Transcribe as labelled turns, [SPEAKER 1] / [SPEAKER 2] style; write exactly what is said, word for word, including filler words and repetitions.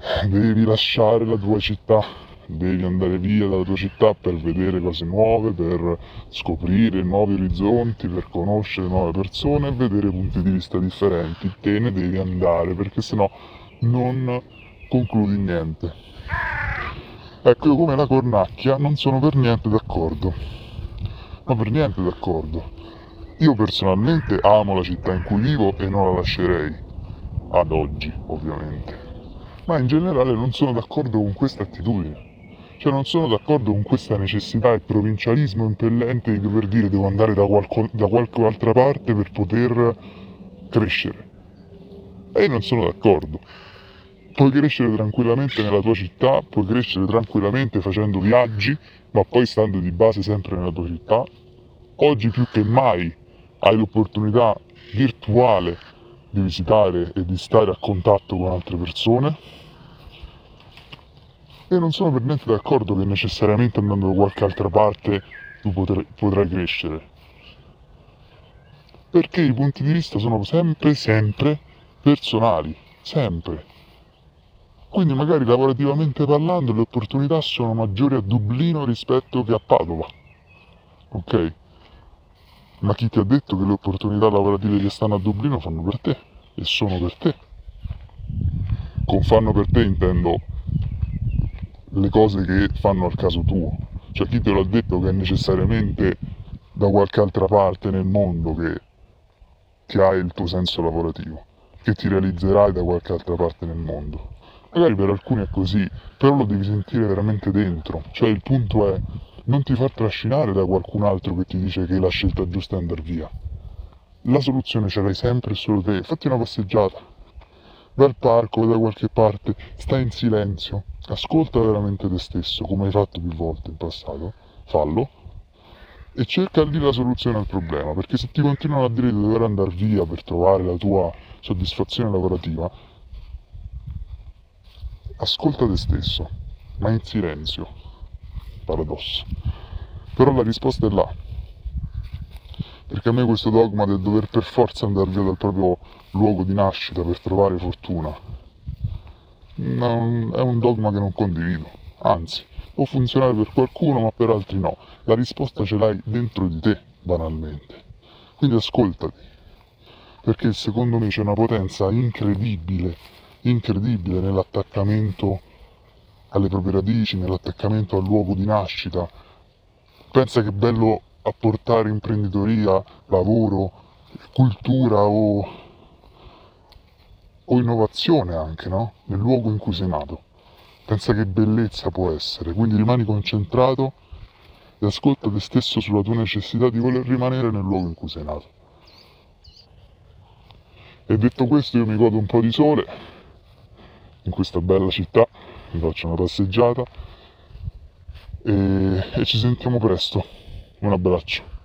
[SPEAKER 1] Devi lasciare la tua città, devi andare via dalla tua città per vedere cose nuove, per scoprire nuovi orizzonti, per conoscere nuove persone e vedere punti di vista differenti. Te ne devi andare perché sennò non concludi niente. Ecco, io come la cornacchia non sono per niente d'accordo, ma per niente d'accordo. Io personalmente amo la città in cui vivo e non la lascerei, ad oggi ovviamente. Ma in generale non sono d'accordo con questa attitudine. Cioè non sono d'accordo con questa necessità e provincialismo impellente di dover dire devo andare da, qualco, da qualche altra parte per poter crescere. E io non sono d'accordo. Puoi crescere tranquillamente nella tua città, puoi crescere tranquillamente facendo viaggi, ma poi stando di base sempre nella tua città. Oggi più che mai hai l'opportunità virtuale di visitare e di stare a contatto con altre persone. E non sono per niente d'accordo che necessariamente andando da qualche altra parte tu potrai, potrai crescere. Perché i punti di vista sono sempre, sempre personali. Sempre. Quindi magari lavorativamente parlando le opportunità sono maggiori a Dublino rispetto che a Padova. Ok? Ma chi ti ha detto che le opportunità lavorative che stanno a Dublino fanno per te? E sono per te? Con fanno per te intendo le cose che fanno al caso tuo. Cioè chi te l'ha detto che è necessariamente da qualche altra parte nel mondo che, che hai il tuo senso lavorativo, che ti realizzerai da qualche altra parte nel mondo. Magari per alcuni è così, però lo devi sentire veramente dentro. Cioè il punto è non ti far trascinare da qualcun altro che ti dice che la scelta giusta è andare via. La soluzione ce l'hai sempre solo te. Fatti una passeggiata, vai al parco, vai da qualche parte, stai in silenzio, ascolta veramente te stesso, come hai fatto più volte in passato, fallo, e cerca lì la soluzione al problema, perché se ti continuano a dire di dover andare via per trovare la tua soddisfazione lavorativa, ascolta te stesso, ma in silenzio, paradosso. Però la risposta è là, perché a me questo dogma del dover per forza andare via dal proprio luogo di nascita per trovare fortuna non, è un dogma che non condivido, anzi, può funzionare per qualcuno ma per altri no. La risposta ce l'hai dentro di te, banalmente. Quindi ascoltati, perché secondo me c'è una potenza incredibile, incredibile nell'attaccamento alle proprie radici, nell'attaccamento al luogo di nascita. Pensa che bello apportare imprenditoria, lavoro, cultura o, o innovazione anche, no? Nel luogo in cui sei nato. Pensa che bellezza può essere, quindi rimani concentrato e ascolta te stesso sulla tua necessità di voler rimanere nel luogo in cui sei nato. E detto questo io mi godo un po' di sole in questa bella città, mi faccio una passeggiata e, e ci sentiamo presto. Un abbraccio.